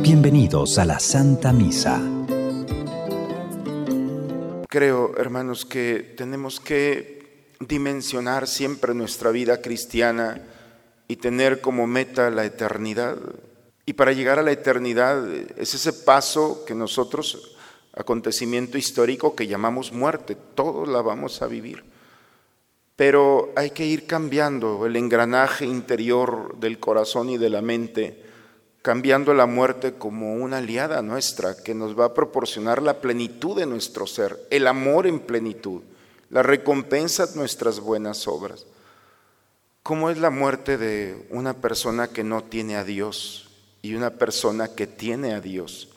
Bienvenidos a la Santa Misa. Creo, hermanos, que tenemos que dimensionar siempre nuestra vida cristiana y tener como meta la eternidad. Y para llegar a la eternidad es ese paso que nosotros, acontecimiento histórico que llamamos muerte, todos la vamos a vivir. Pero hay que ir cambiando el engranaje interior del corazón y de la mente, cambiando la muerte como una aliada nuestra que nos va a proporcionar la plenitud de nuestro ser, el amor en plenitud, la recompensa de nuestras buenas obras. ¿Cómo es la muerte de una persona que no tiene a Dios y una persona que tiene a Dios?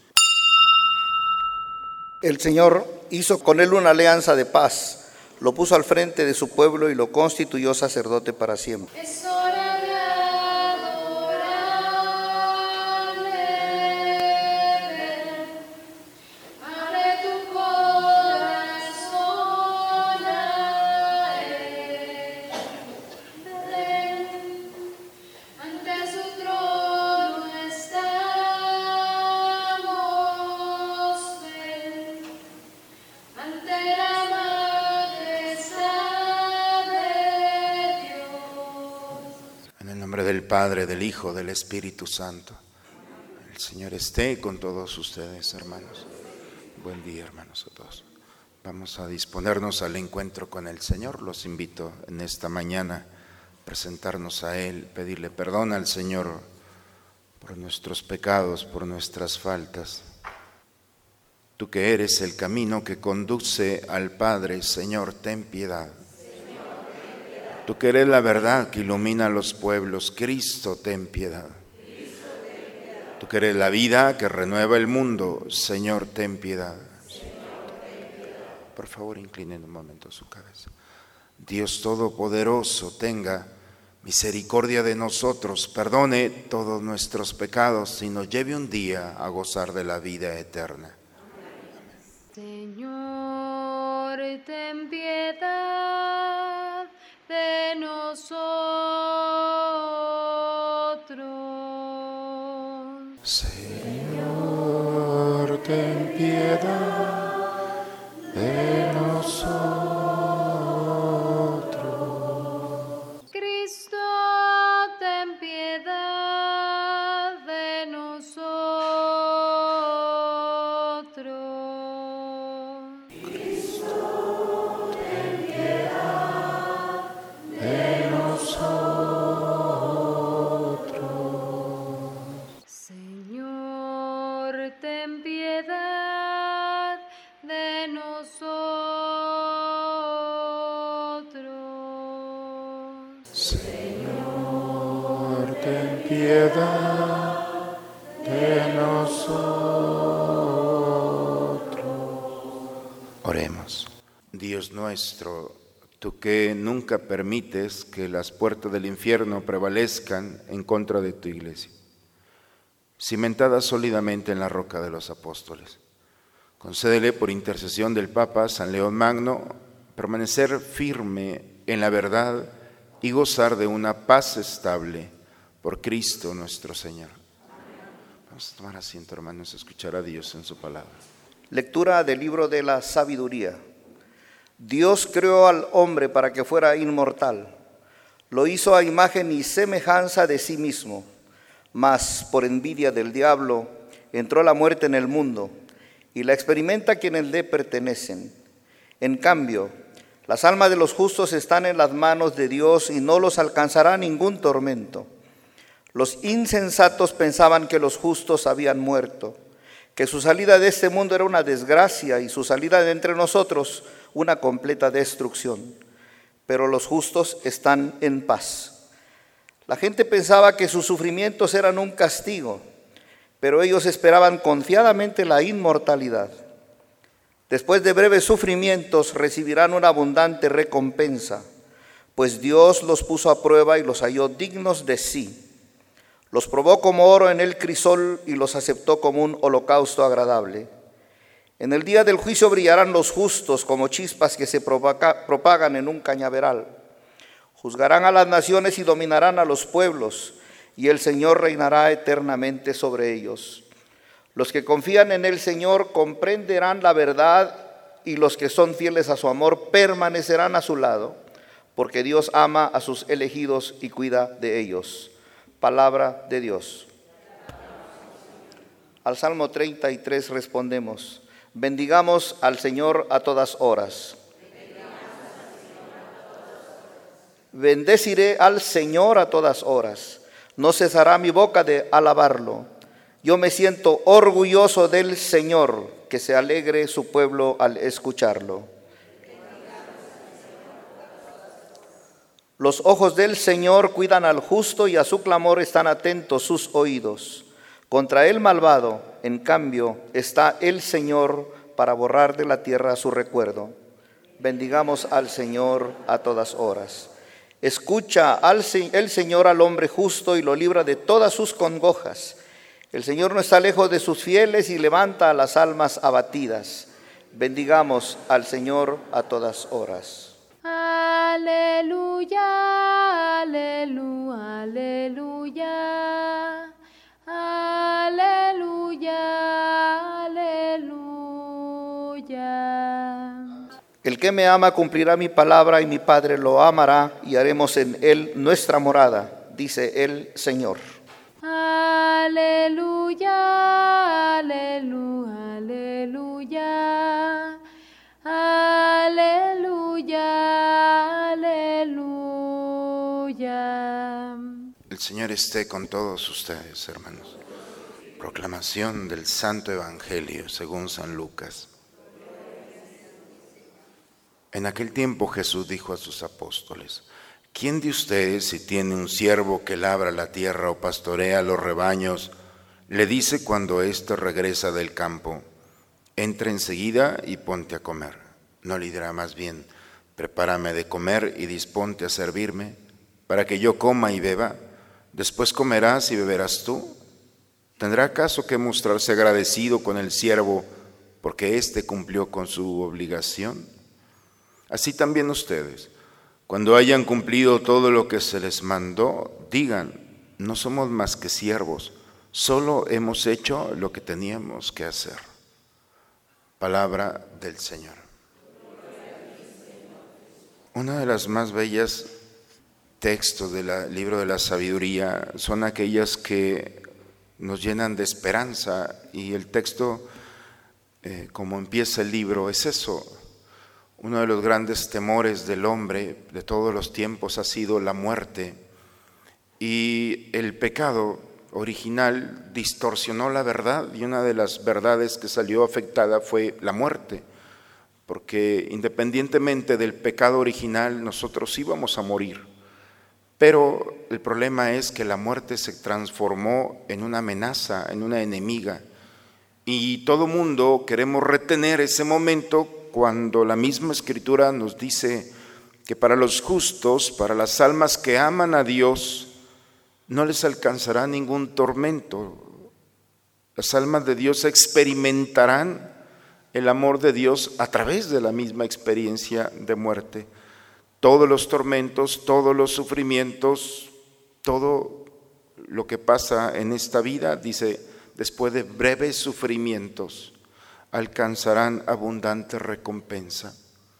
El Señor hizo con él una alianza de paz, lo puso al frente de su pueblo y lo constituyó sacerdote para siempre. Es hora de adorarle, abre tu corazón a él, ven, ante su trono estamos, ven, ante la En el nombre del Padre, del Hijo, del Espíritu Santo. El Señor esté con todos ustedes, hermanos. Buen día, hermanos, a todos. Vamos a disponernos al encuentro con el Señor. Los invito en esta mañana a presentarnos a Él, pedirle perdón al Señor por nuestros pecados, por nuestras faltas. Tú que eres el camino que conduce al Padre, Señor, ten piedad. Tú que eres la verdad que ilumina a los pueblos, Cristo, ten piedad. Tú que eres la vida que renueva el mundo, Señor, ten piedad. Por favor, inclinen un momento su cabeza. Dios Todopoderoso, tenga misericordia de nosotros, perdone todos nuestros pecados y nos lleve un día a gozar de la vida eterna. Señor, ten piedad de nosotros. Señor, ten piedad de nosotros. Cristo, ten piedad de nosotros. Señor, ten piedad de nosotros. Señor, ten piedad de nosotros. Oremos. Dios nuestro, tú que nunca permites que las puertas del infierno prevalezcan en contra de tu iglesia, cimentada sólidamente en la roca de los apóstoles, concédele por intercesión del Papa San León Magno permanecer firme en la verdad y gozar de una paz estable por Cristo nuestro Señor. Vamos a tomar asiento, hermanos, a escuchar a Dios en su palabra. Lectura del libro de la sabiduría. Dios creó al hombre para que fuera inmortal. Lo hizo a imagen y semejanza de sí mismo. Mas por envidia del diablo entró la muerte en el mundo y la experimenta quienes le pertenecen. En cambio, las almas de los justos están en las manos de Dios y no los alcanzará ningún tormento. Los insensatos pensaban que los justos habían muerto, que su salida de este mundo era una desgracia y su salida de entre nosotros una completa destrucción. Pero los justos están en paz. La gente pensaba que sus sufrimientos eran un castigo, pero ellos esperaban confiadamente la inmortalidad. Después de breves sufrimientos recibirán una abundante recompensa, pues Dios los puso a prueba y los halló dignos de sí. Los probó como oro en el crisol y los aceptó como un holocausto agradable. En el día del juicio brillarán los justos como chispas que se propagan en un cañaveral. Juzgarán a las naciones y dominarán a los pueblos, y el Señor reinará eternamente sobre ellos. Los que confían en el Señor comprenderán la verdad, y los que son fieles a su amor permanecerán a su lado, porque Dios ama a sus elegidos y cuida de ellos. Palabra de Dios. Al Salmo 33 respondemos: bendigamos al Señor a todas horas. Bendeciré al Señor a todas horas. No cesará mi boca de alabarlo. Yo me siento orgulloso del Señor, que se alegre su pueblo al escucharlo. Los ojos del Señor cuidan al justo, y a su clamor están atentos sus oídos. Contra el malvado, en cambio, está el Señor para borrar de la tierra su recuerdo. Bendigamos al Señor a todas horas. Escucha el Señor al hombre justo y lo libra de todas sus congojas. El Señor no está lejos de sus fieles y levanta a las almas abatidas. Bendigamos al Señor a todas horas. Aleluya, aleluya, aleluya, aleluya, aleluya. El que me ama cumplirá mi palabra, y mi Padre lo amará, y haremos en él nuestra morada, dice el Señor. Aleluya, aleluya, aleluya, aleluya, aleluya. El Señor esté con todos ustedes, hermanos. Proclamación del Santo Evangelio según San Lucas. En aquel tiempo Jesús dijo a sus apóstoles: ¿quién de ustedes, si tiene un siervo que labra la tierra o pastorea los rebaños, le dice cuando éste regresa del campo: entra enseguida y ponte a comer? ¿No le dirá más bien: prepárame de comer y disponte a servirme, para que yo coma y beba? Después comerás y beberás tú. ¿Tendrá acaso que mostrarse agradecido con el siervo porque éste cumplió con su obligación? Así también ustedes, cuando hayan cumplido todo lo que se les mandó, digan: no somos más que siervos, solo hemos hecho lo que teníamos que hacer. Palabra del Señor. Una de las más bellas textos del libro de la sabiduría son aquellas que nos llenan de esperanza, y el texto, como empieza el libro, es eso. Uno de los grandes temores del hombre de todos los tiempos ha sido la muerte, y el pecado original distorsionó la verdad, y una de las verdades que salió afectada fue la muerte, porque independientemente del pecado original nosotros íbamos a morir, pero el problema es que la muerte se transformó en una amenaza, en una enemiga, y todo mundo queremos retener ese momento, cuando la misma Escritura nos dice que para los justos, para las almas que aman a Dios, no les alcanzará ningún tormento. Las almas de Dios experimentarán el amor de Dios a través de la misma experiencia de muerte. Todos los tormentos, todos los sufrimientos, todo lo que pasa en esta vida, dice, después de breves sufrimientos, alcanzarán abundante recompensa.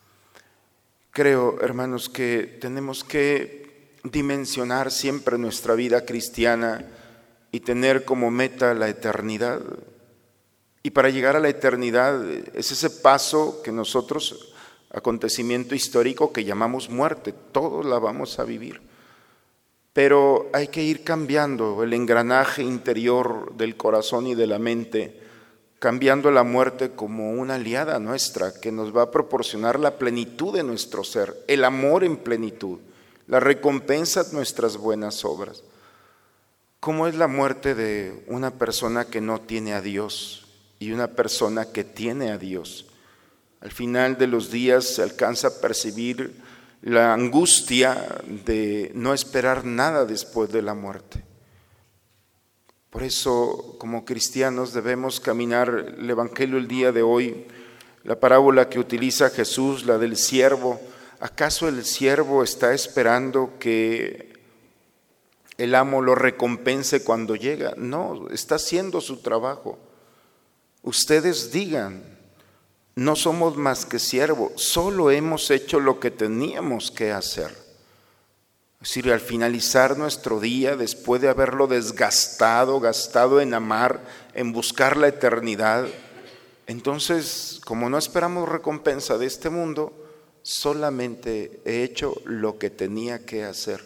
Creo, hermanos, que tenemos que dimensionar siempre nuestra vida cristiana y tener como meta la eternidad. Y para llegar a la eternidad es ese paso que nosotros, acontecimiento histórico que llamamos muerte, todos la vamos a vivir. Pero hay que ir cambiando el engranaje interior del corazón y de la mente, cambiando la muerte como una aliada nuestra que nos va a proporcionar la plenitud de nuestro ser, el amor en plenitud, la recompensa de nuestras buenas obras. ¿Cómo es la muerte de una persona que no tiene a Dios y una persona que tiene a Dios? Al final de los días se alcanza a percibir la angustia de no esperar nada después de la muerte. Por eso, como cristianos, debemos caminar el Evangelio el día de hoy, la parábola que utiliza Jesús, la del siervo. ¿Acaso el siervo está esperando que el amo lo recompense cuando llega? No, está haciendo su trabajo. Ustedes digan, no somos más que siervos, solo hemos hecho lo que teníamos que hacer. Es decir, al finalizar nuestro día, después de haberlo gastado en amar, en buscar la eternidad, entonces, como no esperamos recompensa de este mundo, solamente he hecho lo que tenía que hacer.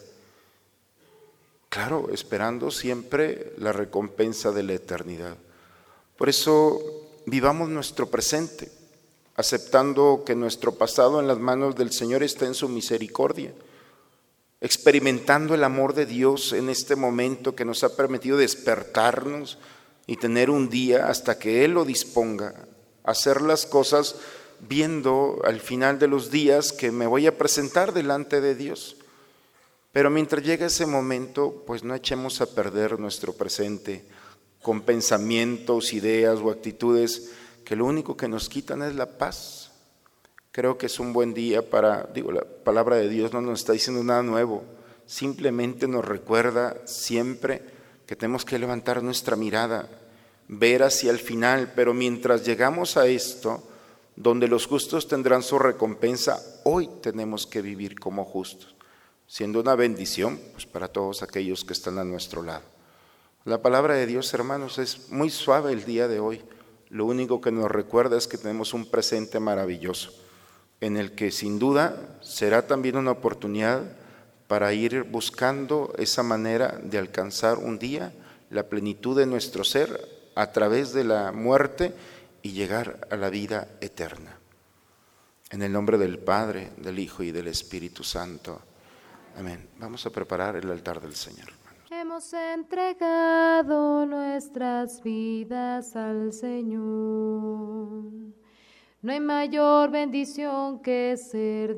Claro, esperando siempre la recompensa de la eternidad. Por eso, vivamos nuestro presente, aceptando que nuestro pasado en las manos del Señor está en su misericordia, experimentando el amor de Dios en este momento que nos ha permitido despertarnos y tener un día hasta que Él lo disponga, hacer las cosas viendo al final de los días que me voy a presentar delante de Dios. Pero mientras llega ese momento, pues no echemos a perder nuestro presente con pensamientos, ideas o actitudes que lo único que nos quitan es la paz. Creo que es un buen día la palabra de Dios no nos está diciendo nada nuevo, simplemente nos recuerda siempre que tenemos que levantar nuestra mirada, ver hacia el final, pero mientras llegamos a esto, donde los justos tendrán su recompensa, hoy tenemos que vivir como justos, siendo una bendición pues, para todos aquellos que están a nuestro lado. La palabra de Dios, hermanos, es muy suave el día de hoy. Lo único que nos recuerda es que tenemos un presente maravilloso, en el que sin duda será también una oportunidad para ir buscando esa manera de alcanzar un día la plenitud de nuestro ser a través de la muerte y llegar a la vida eterna. En el nombre del Padre, del Hijo y del Espíritu Santo. Amén. Vamos a preparar el altar del Señor. Hemos entregado nuestras vidas al Señor. No hay mayor bendición que ser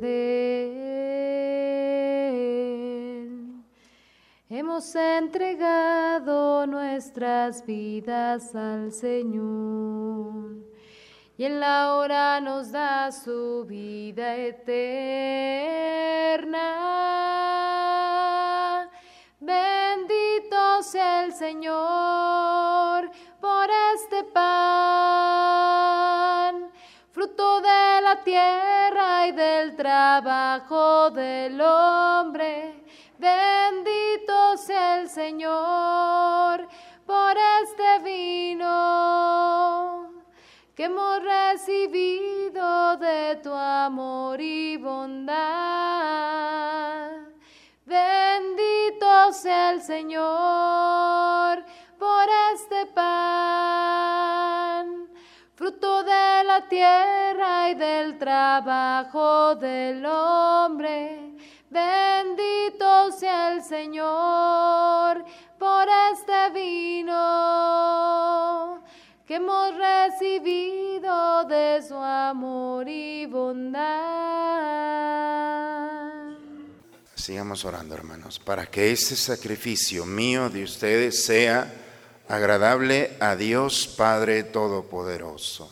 de Él. Hemos entregado nuestras vidas al Señor y en la hora nos da su vida eterna. Bendito sea el Señor por este pan, fruto de la tierra y del trabajo del hombre. Bendito sea el Señor por este vino que hemos recibido de tu amor y bondad. Bendito sea el Señor por este pan, fruto de la tierra y del trabajo del hombre. Bendito sea el Señor por este vino que hemos recibido de su amor y bondad. Sigamos orando, hermanos, para que ese sacrificio mío de ustedes sea agradable a Dios Padre Todopoderoso.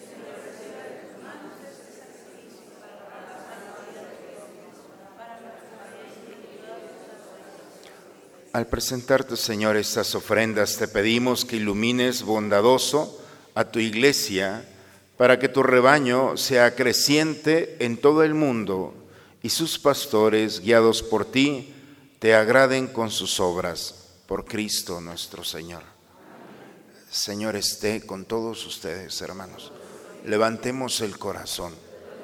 Al presentarte, Señor, estas ofrendas, te pedimos que ilumines bondadoso a tu iglesia para que tu rebaño sea creciente en todo el mundo y sus pastores, guiados por ti, te agraden con sus obras. Por Cristo nuestro Señor. Señor, esté con todos ustedes, hermanos. Levantemos el corazón.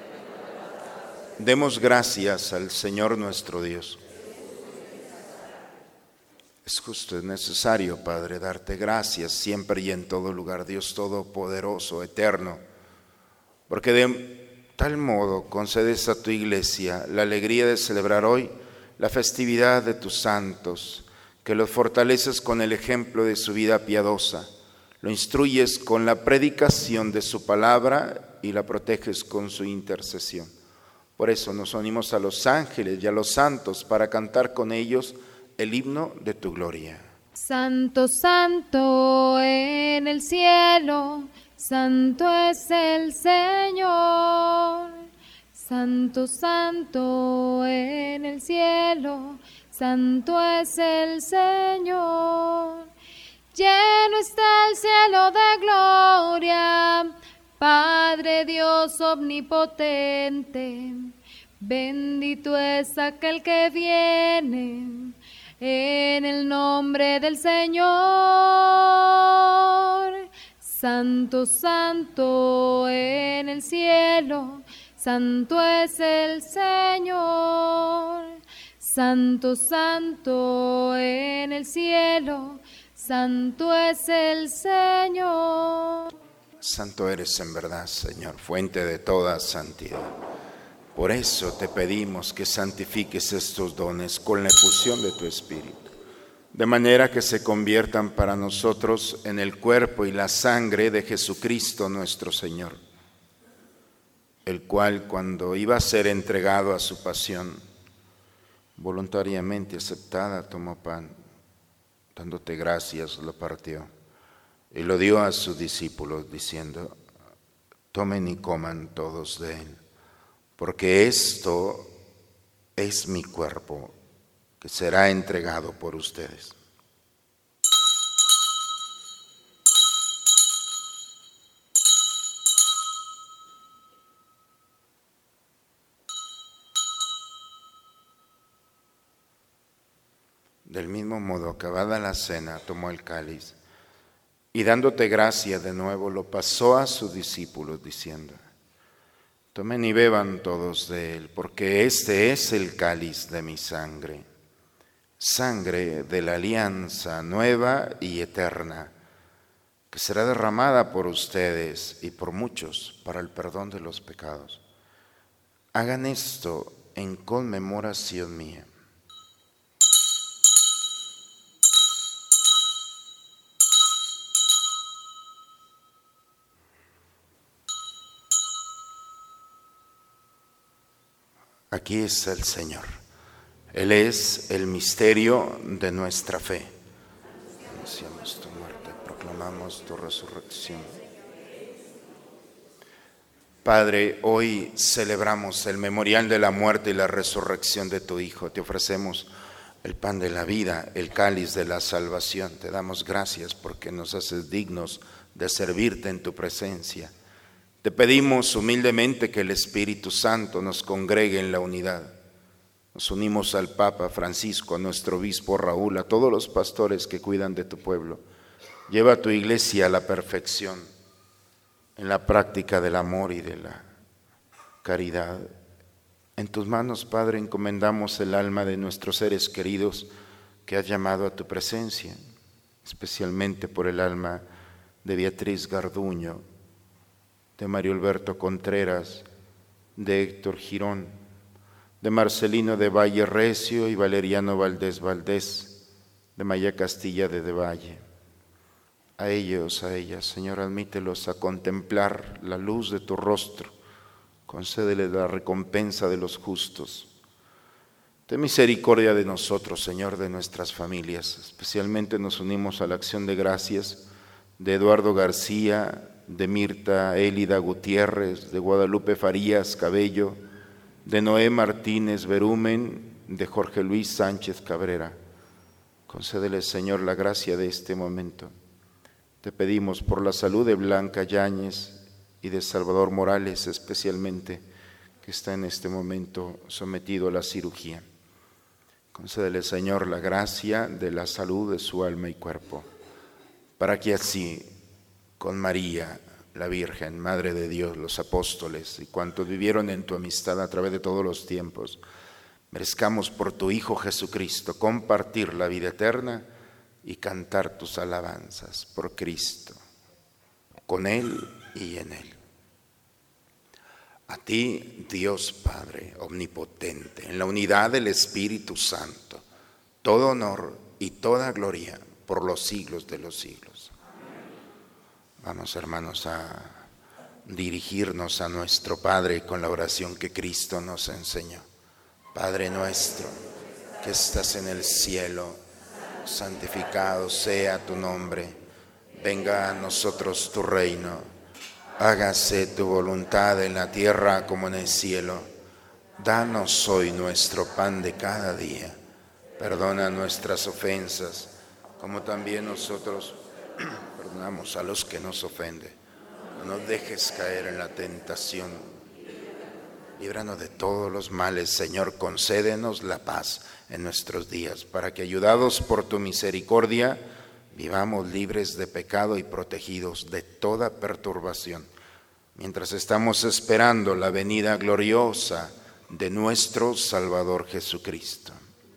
Demos gracias al Señor nuestro Dios. Es justo, es necesario, Padre, darte gracias siempre y en todo lugar, Dios Todopoderoso, eterno, porque de tal modo concedes a tu iglesia la alegría de celebrar hoy la festividad de tus santos, que los fortaleces con el ejemplo de su vida piadosa, lo instruyes con la predicación de su palabra y la proteges con su intercesión. Por eso nos unimos a los ángeles y a los santos para cantar con ellos el himno de tu gloria. Santo, santo en el cielo, santo es el Señor. Santo, santo en el cielo, santo es el Señor. lleno está el cielo de gloria. Padre Dios omnipotente, bendito es aquel que viene en el nombre del Señor. Santo, santo en el cielo, santo es el Señor. Santo, santo en el cielo, santo es el Señor. Santo eres en verdad, Señor, fuente de toda santidad. Por eso te pedimos que santifiques estos dones con la efusión de tu Espíritu, de manera que se conviertan para nosotros en el cuerpo y la sangre de Jesucristo nuestro Señor, el cual, cuando iba a ser entregado a su pasión, voluntariamente aceptada, tomó pan, dándote gracias, lo partió y lo dio a sus discípulos, diciendo: tomen y coman todos de él, porque esto es mi cuerpo, que será entregado por ustedes. Del mismo modo, acabada la cena, tomó el cáliz y dándote gracia de nuevo, lo pasó a sus discípulos, diciendo: tomen y beban todos de él, porque este es el cáliz de mi sangre, sangre de la alianza nueva y eterna, que será derramada por ustedes y por muchos para el perdón de los pecados. Hagan esto en conmemoración mía. Aquí está el Señor. Él es el misterio de nuestra fe. Anunciamos tu muerte, proclamamos tu resurrección. Padre, hoy celebramos el memorial de la muerte y la resurrección de tu Hijo. Te ofrecemos el pan de la vida, el cáliz de la salvación. Te damos gracias porque nos haces dignos de servirte en tu presencia. Te pedimos humildemente que el Espíritu Santo nos congregue en la unidad. Nos unimos al Papa Francisco, a nuestro obispo Raúl, a todos los pastores que cuidan de tu pueblo. Lleva a tu iglesia a la perfección en la práctica del amor y de la caridad. En tus manos, Padre, encomendamos el alma de nuestros seres queridos que has llamado a tu presencia, especialmente por el alma de Beatriz Garduño, de Mario Alberto Contreras, de Héctor Girón, de Marcelino de Valle Recio y Valeriano Valdés Valdés, de Maya Castilla de Valle. A ellos, a ellas, Señor, admítelos a contemplar la luz de tu rostro, concédeles la recompensa de los justos. Ten misericordia de nosotros, Señor, de nuestras familias. Especialmente nos unimos a la acción de gracias de Eduardo García, de Mirta Élida Gutiérrez, de Guadalupe Farías Cabello, de Noé Martínez Berumen, de Jorge Luis Sánchez Cabrera. Concédeles, Señor, la gracia de este momento. Te pedimos por la salud de Blanca Yáñez y de Salvador Morales, especialmente, que está en este momento sometido a la cirugía. Concédele, Señor, la gracia de la salud de su alma y cuerpo, para que así, con María, la Virgen, Madre de Dios, los apóstoles y cuantos vivieron en tu amistad a través de todos los tiempos, merezcamos por tu Hijo Jesucristo compartir la vida eterna y cantar tus alabanzas por Cristo, con Él y en Él. A ti, Dios Padre omnipotente, en la unidad del Espíritu Santo, todo honor y toda gloria por los siglos de los siglos. Vamos, hermanos, a dirigirnos a nuestro Padre con la oración que Cristo nos enseñó. Padre nuestro, que estás en el cielo, santificado sea tu nombre. Venga a nosotros tu reino. Hágase tu voluntad en la tierra como en el cielo. Danos hoy nuestro pan de cada día. Perdona nuestras ofensas, como también nosotros Perdonamos a los que nos ofenden. No nos dejes caer en la tentación. Líbranos de todos los males, Señor. Concédenos la paz en nuestros días, para que, ayudados por tu misericordia, vivamos libres de pecado y protegidos de toda perturbación, mientras estamos esperando la venida gloriosa de nuestro Salvador Jesucristo.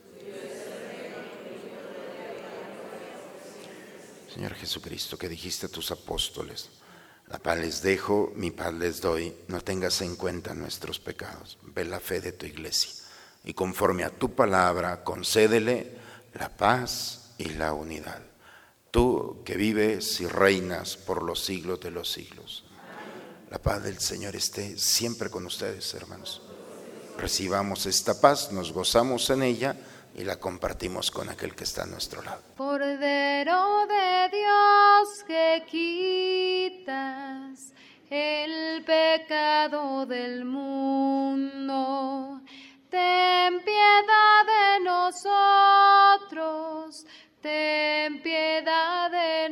Señor Jesucristo, que dijiste a tus apóstoles: la paz les dejo, mi paz les doy, no tengas en cuenta nuestros pecados. Ve la fe de tu iglesia y, conforme a tu palabra, concédele la paz y la unidad. Tú que vives y reinas por los siglos de los siglos. La paz del Señor esté siempre con ustedes, hermanos. Recibamos esta paz, nos gozamos en ella y la compartimos con aquel que está a nuestro lado. Cordero de Dios, que quitas el pecado del mundo, ten piedad de nosotros, ten piedad de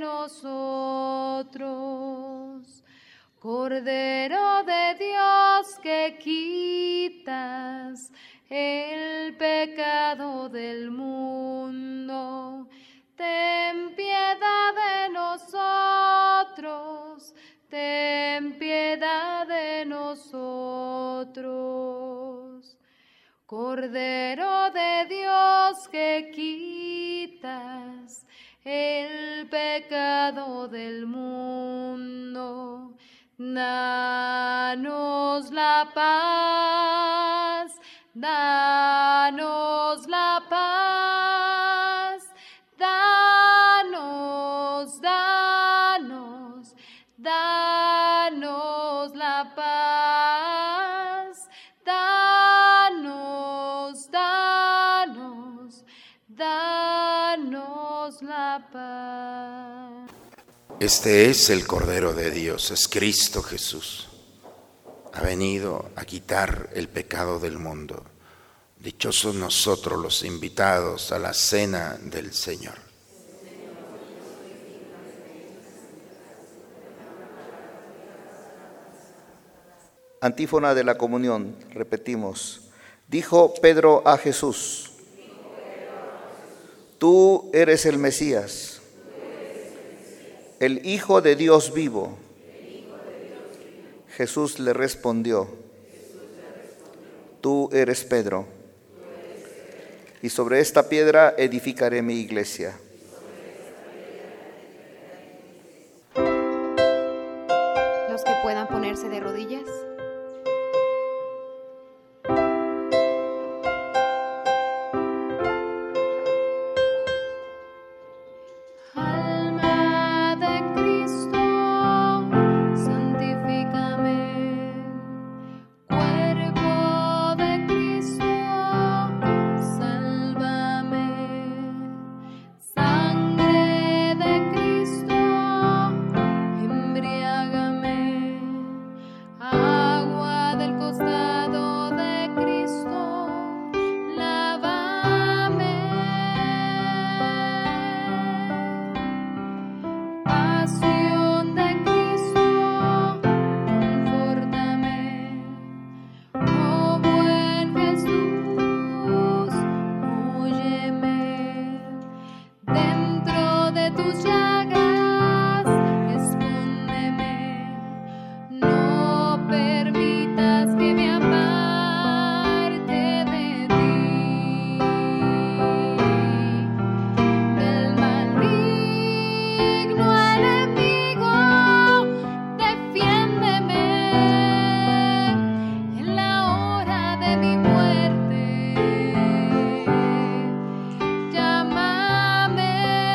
nosotros. Cordero de Dios, que quitas el pecado del mundo, ten piedad de nosotros, ten piedad de nosotros. Cordero de Dios, que quitas el pecado del mundo, danos la paz, danos la paz, danos, danos, danos la paz, danos, danos, danos la paz. Este es el Cordero de Dios, es Cristo Jesús. Ha venido a quitar el pecado del mundo. Dichosos nosotros los invitados a la cena del Señor. Antífona de la comunión, repetimos. Dijo Pedro a Jesús: tú eres el Mesías, el Hijo de Dios vivo. Jesús le respondió: tú eres Pedro, y sobre esta piedra edificaré mi iglesia. Los que puedan ponerse de rodillas. Llámame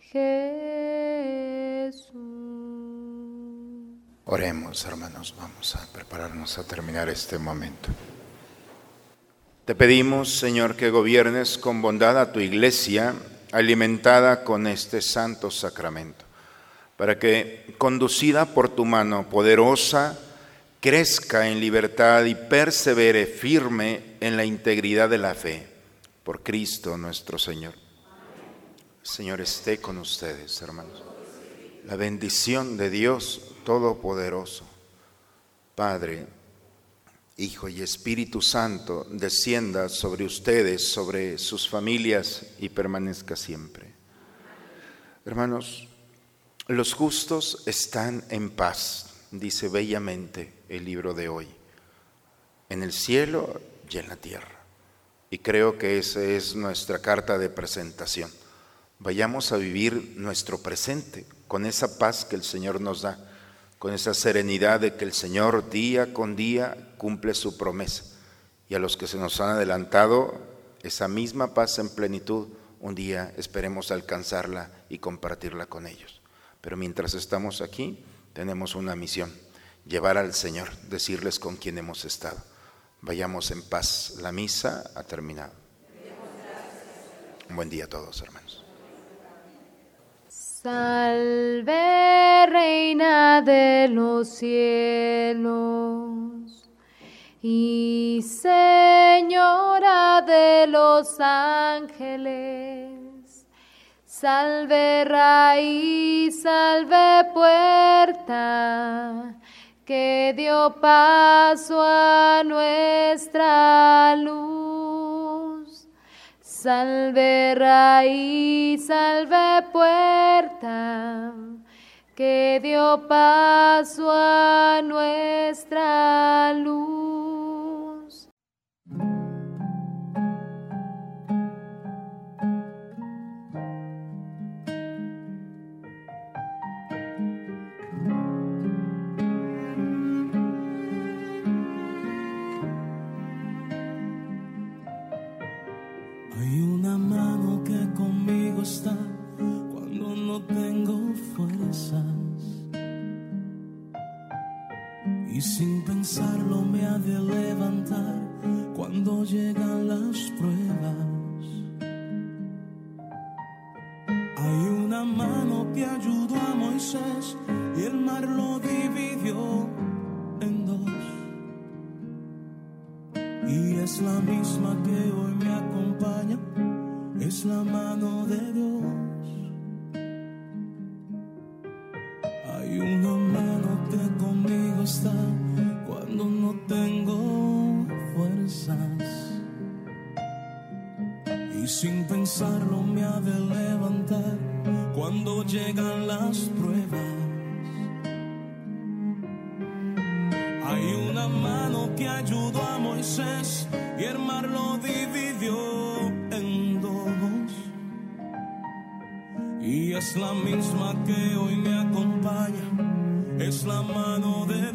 Jesús. Oremos, hermanos, vamos a prepararnos a terminar este momento. Te pedimos, Señor, que gobiernes con bondad a tu iglesia, alimentada con este santo sacramento, para que, conducida por tu mano poderosa, crezca en libertad y persevere firme en la integridad de la fe. Por Cristo nuestro Señor. El Señor esté con ustedes, hermanos. La bendición de Dios Todopoderoso, Padre, Hijo y Espíritu Santo, descienda sobre ustedes, sobre sus familias y permanezca siempre. Hermanos, los justos están en paz, dice bellamente el libro de hoy, en el cielo y en la tierra. Y creo que esa es nuestra carta de presentación. Vayamos a vivir nuestro presente con esa paz que el Señor nos da, con esa serenidad de que el Señor día con día cumple su promesa. Y a los que se nos han adelantado, esa misma paz en plenitud, un día esperemos alcanzarla y compartirla con ellos. Pero mientras estamos aquí, tenemos una misión: llevar al Señor, decirles con quién hemos estado. Vayamos en paz. La misa ha terminado. Un buen día a todos, hermanos. Salve, Reina de los cielos y Señora de los ángeles. Salve, raíz, salve, puerta, que dio paso a nuestra luz. Salve, raíz, salve, puerta, que dio paso a nuestra luz. Hay una mano que conmigo está cuando no tengo fuerzas, y sin pensarlo me ha de levantar cuando llegan las pruebas. Hay una mano que ayudó a Moisés y el mar lo dividió en dos, y es la misma que hoy me acompaña, es la mano de Dios. Hay una mano que conmigo está cuando no tengo fuerzas, y sin pensarlo me ha de levantar cuando llegan las pruebas. Hay una mano que ayudó a Moisés y el mar lo dividió en dos, y es la misma que hoy me acompaña, es la mano de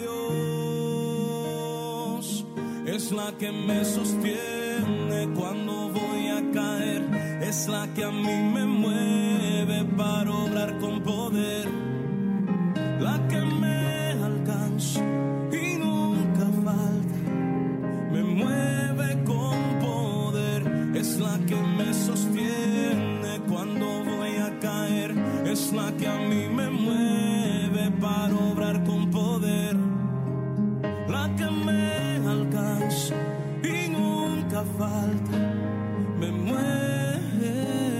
Dios. Es la que me sostiene cuando voy a caer, es la que a mí me mueve para obrar con poder, la que me alcanza y nunca falta, me mueve con poder. Es la que me sostiene cuando voy a caer, es la que a mí me mueve para obrar con poder, la que me alcanza y nunca falta, me mueve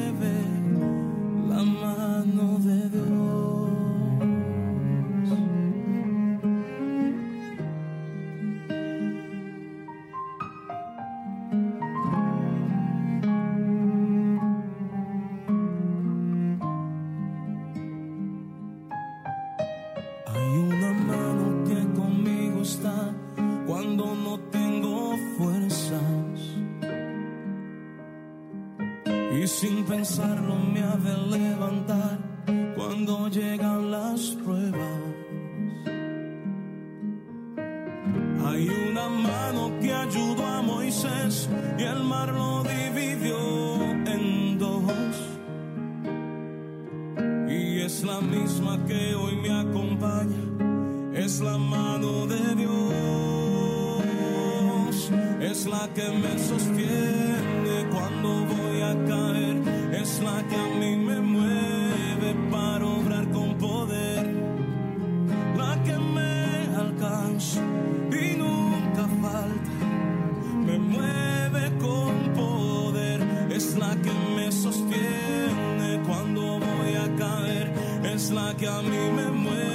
la mano de Dios. Hay una mano que conmigo está cuando no tengo fuerzas, y sin pensarlo me ha de levantar cuando llegan las pruebas. Hay una mano que ayudó a Moisés y el mar lo dividió en dos, es la misma que hoy me acompaña, es la mano de Dios, es la que me sostiene cuando voy a caer, es la que a mí me mueve para obrar con poder, la que me alcanza y nunca falta, me mueve con poder, es la que me sostiene cuando voy a caer, es la que a mí me mueve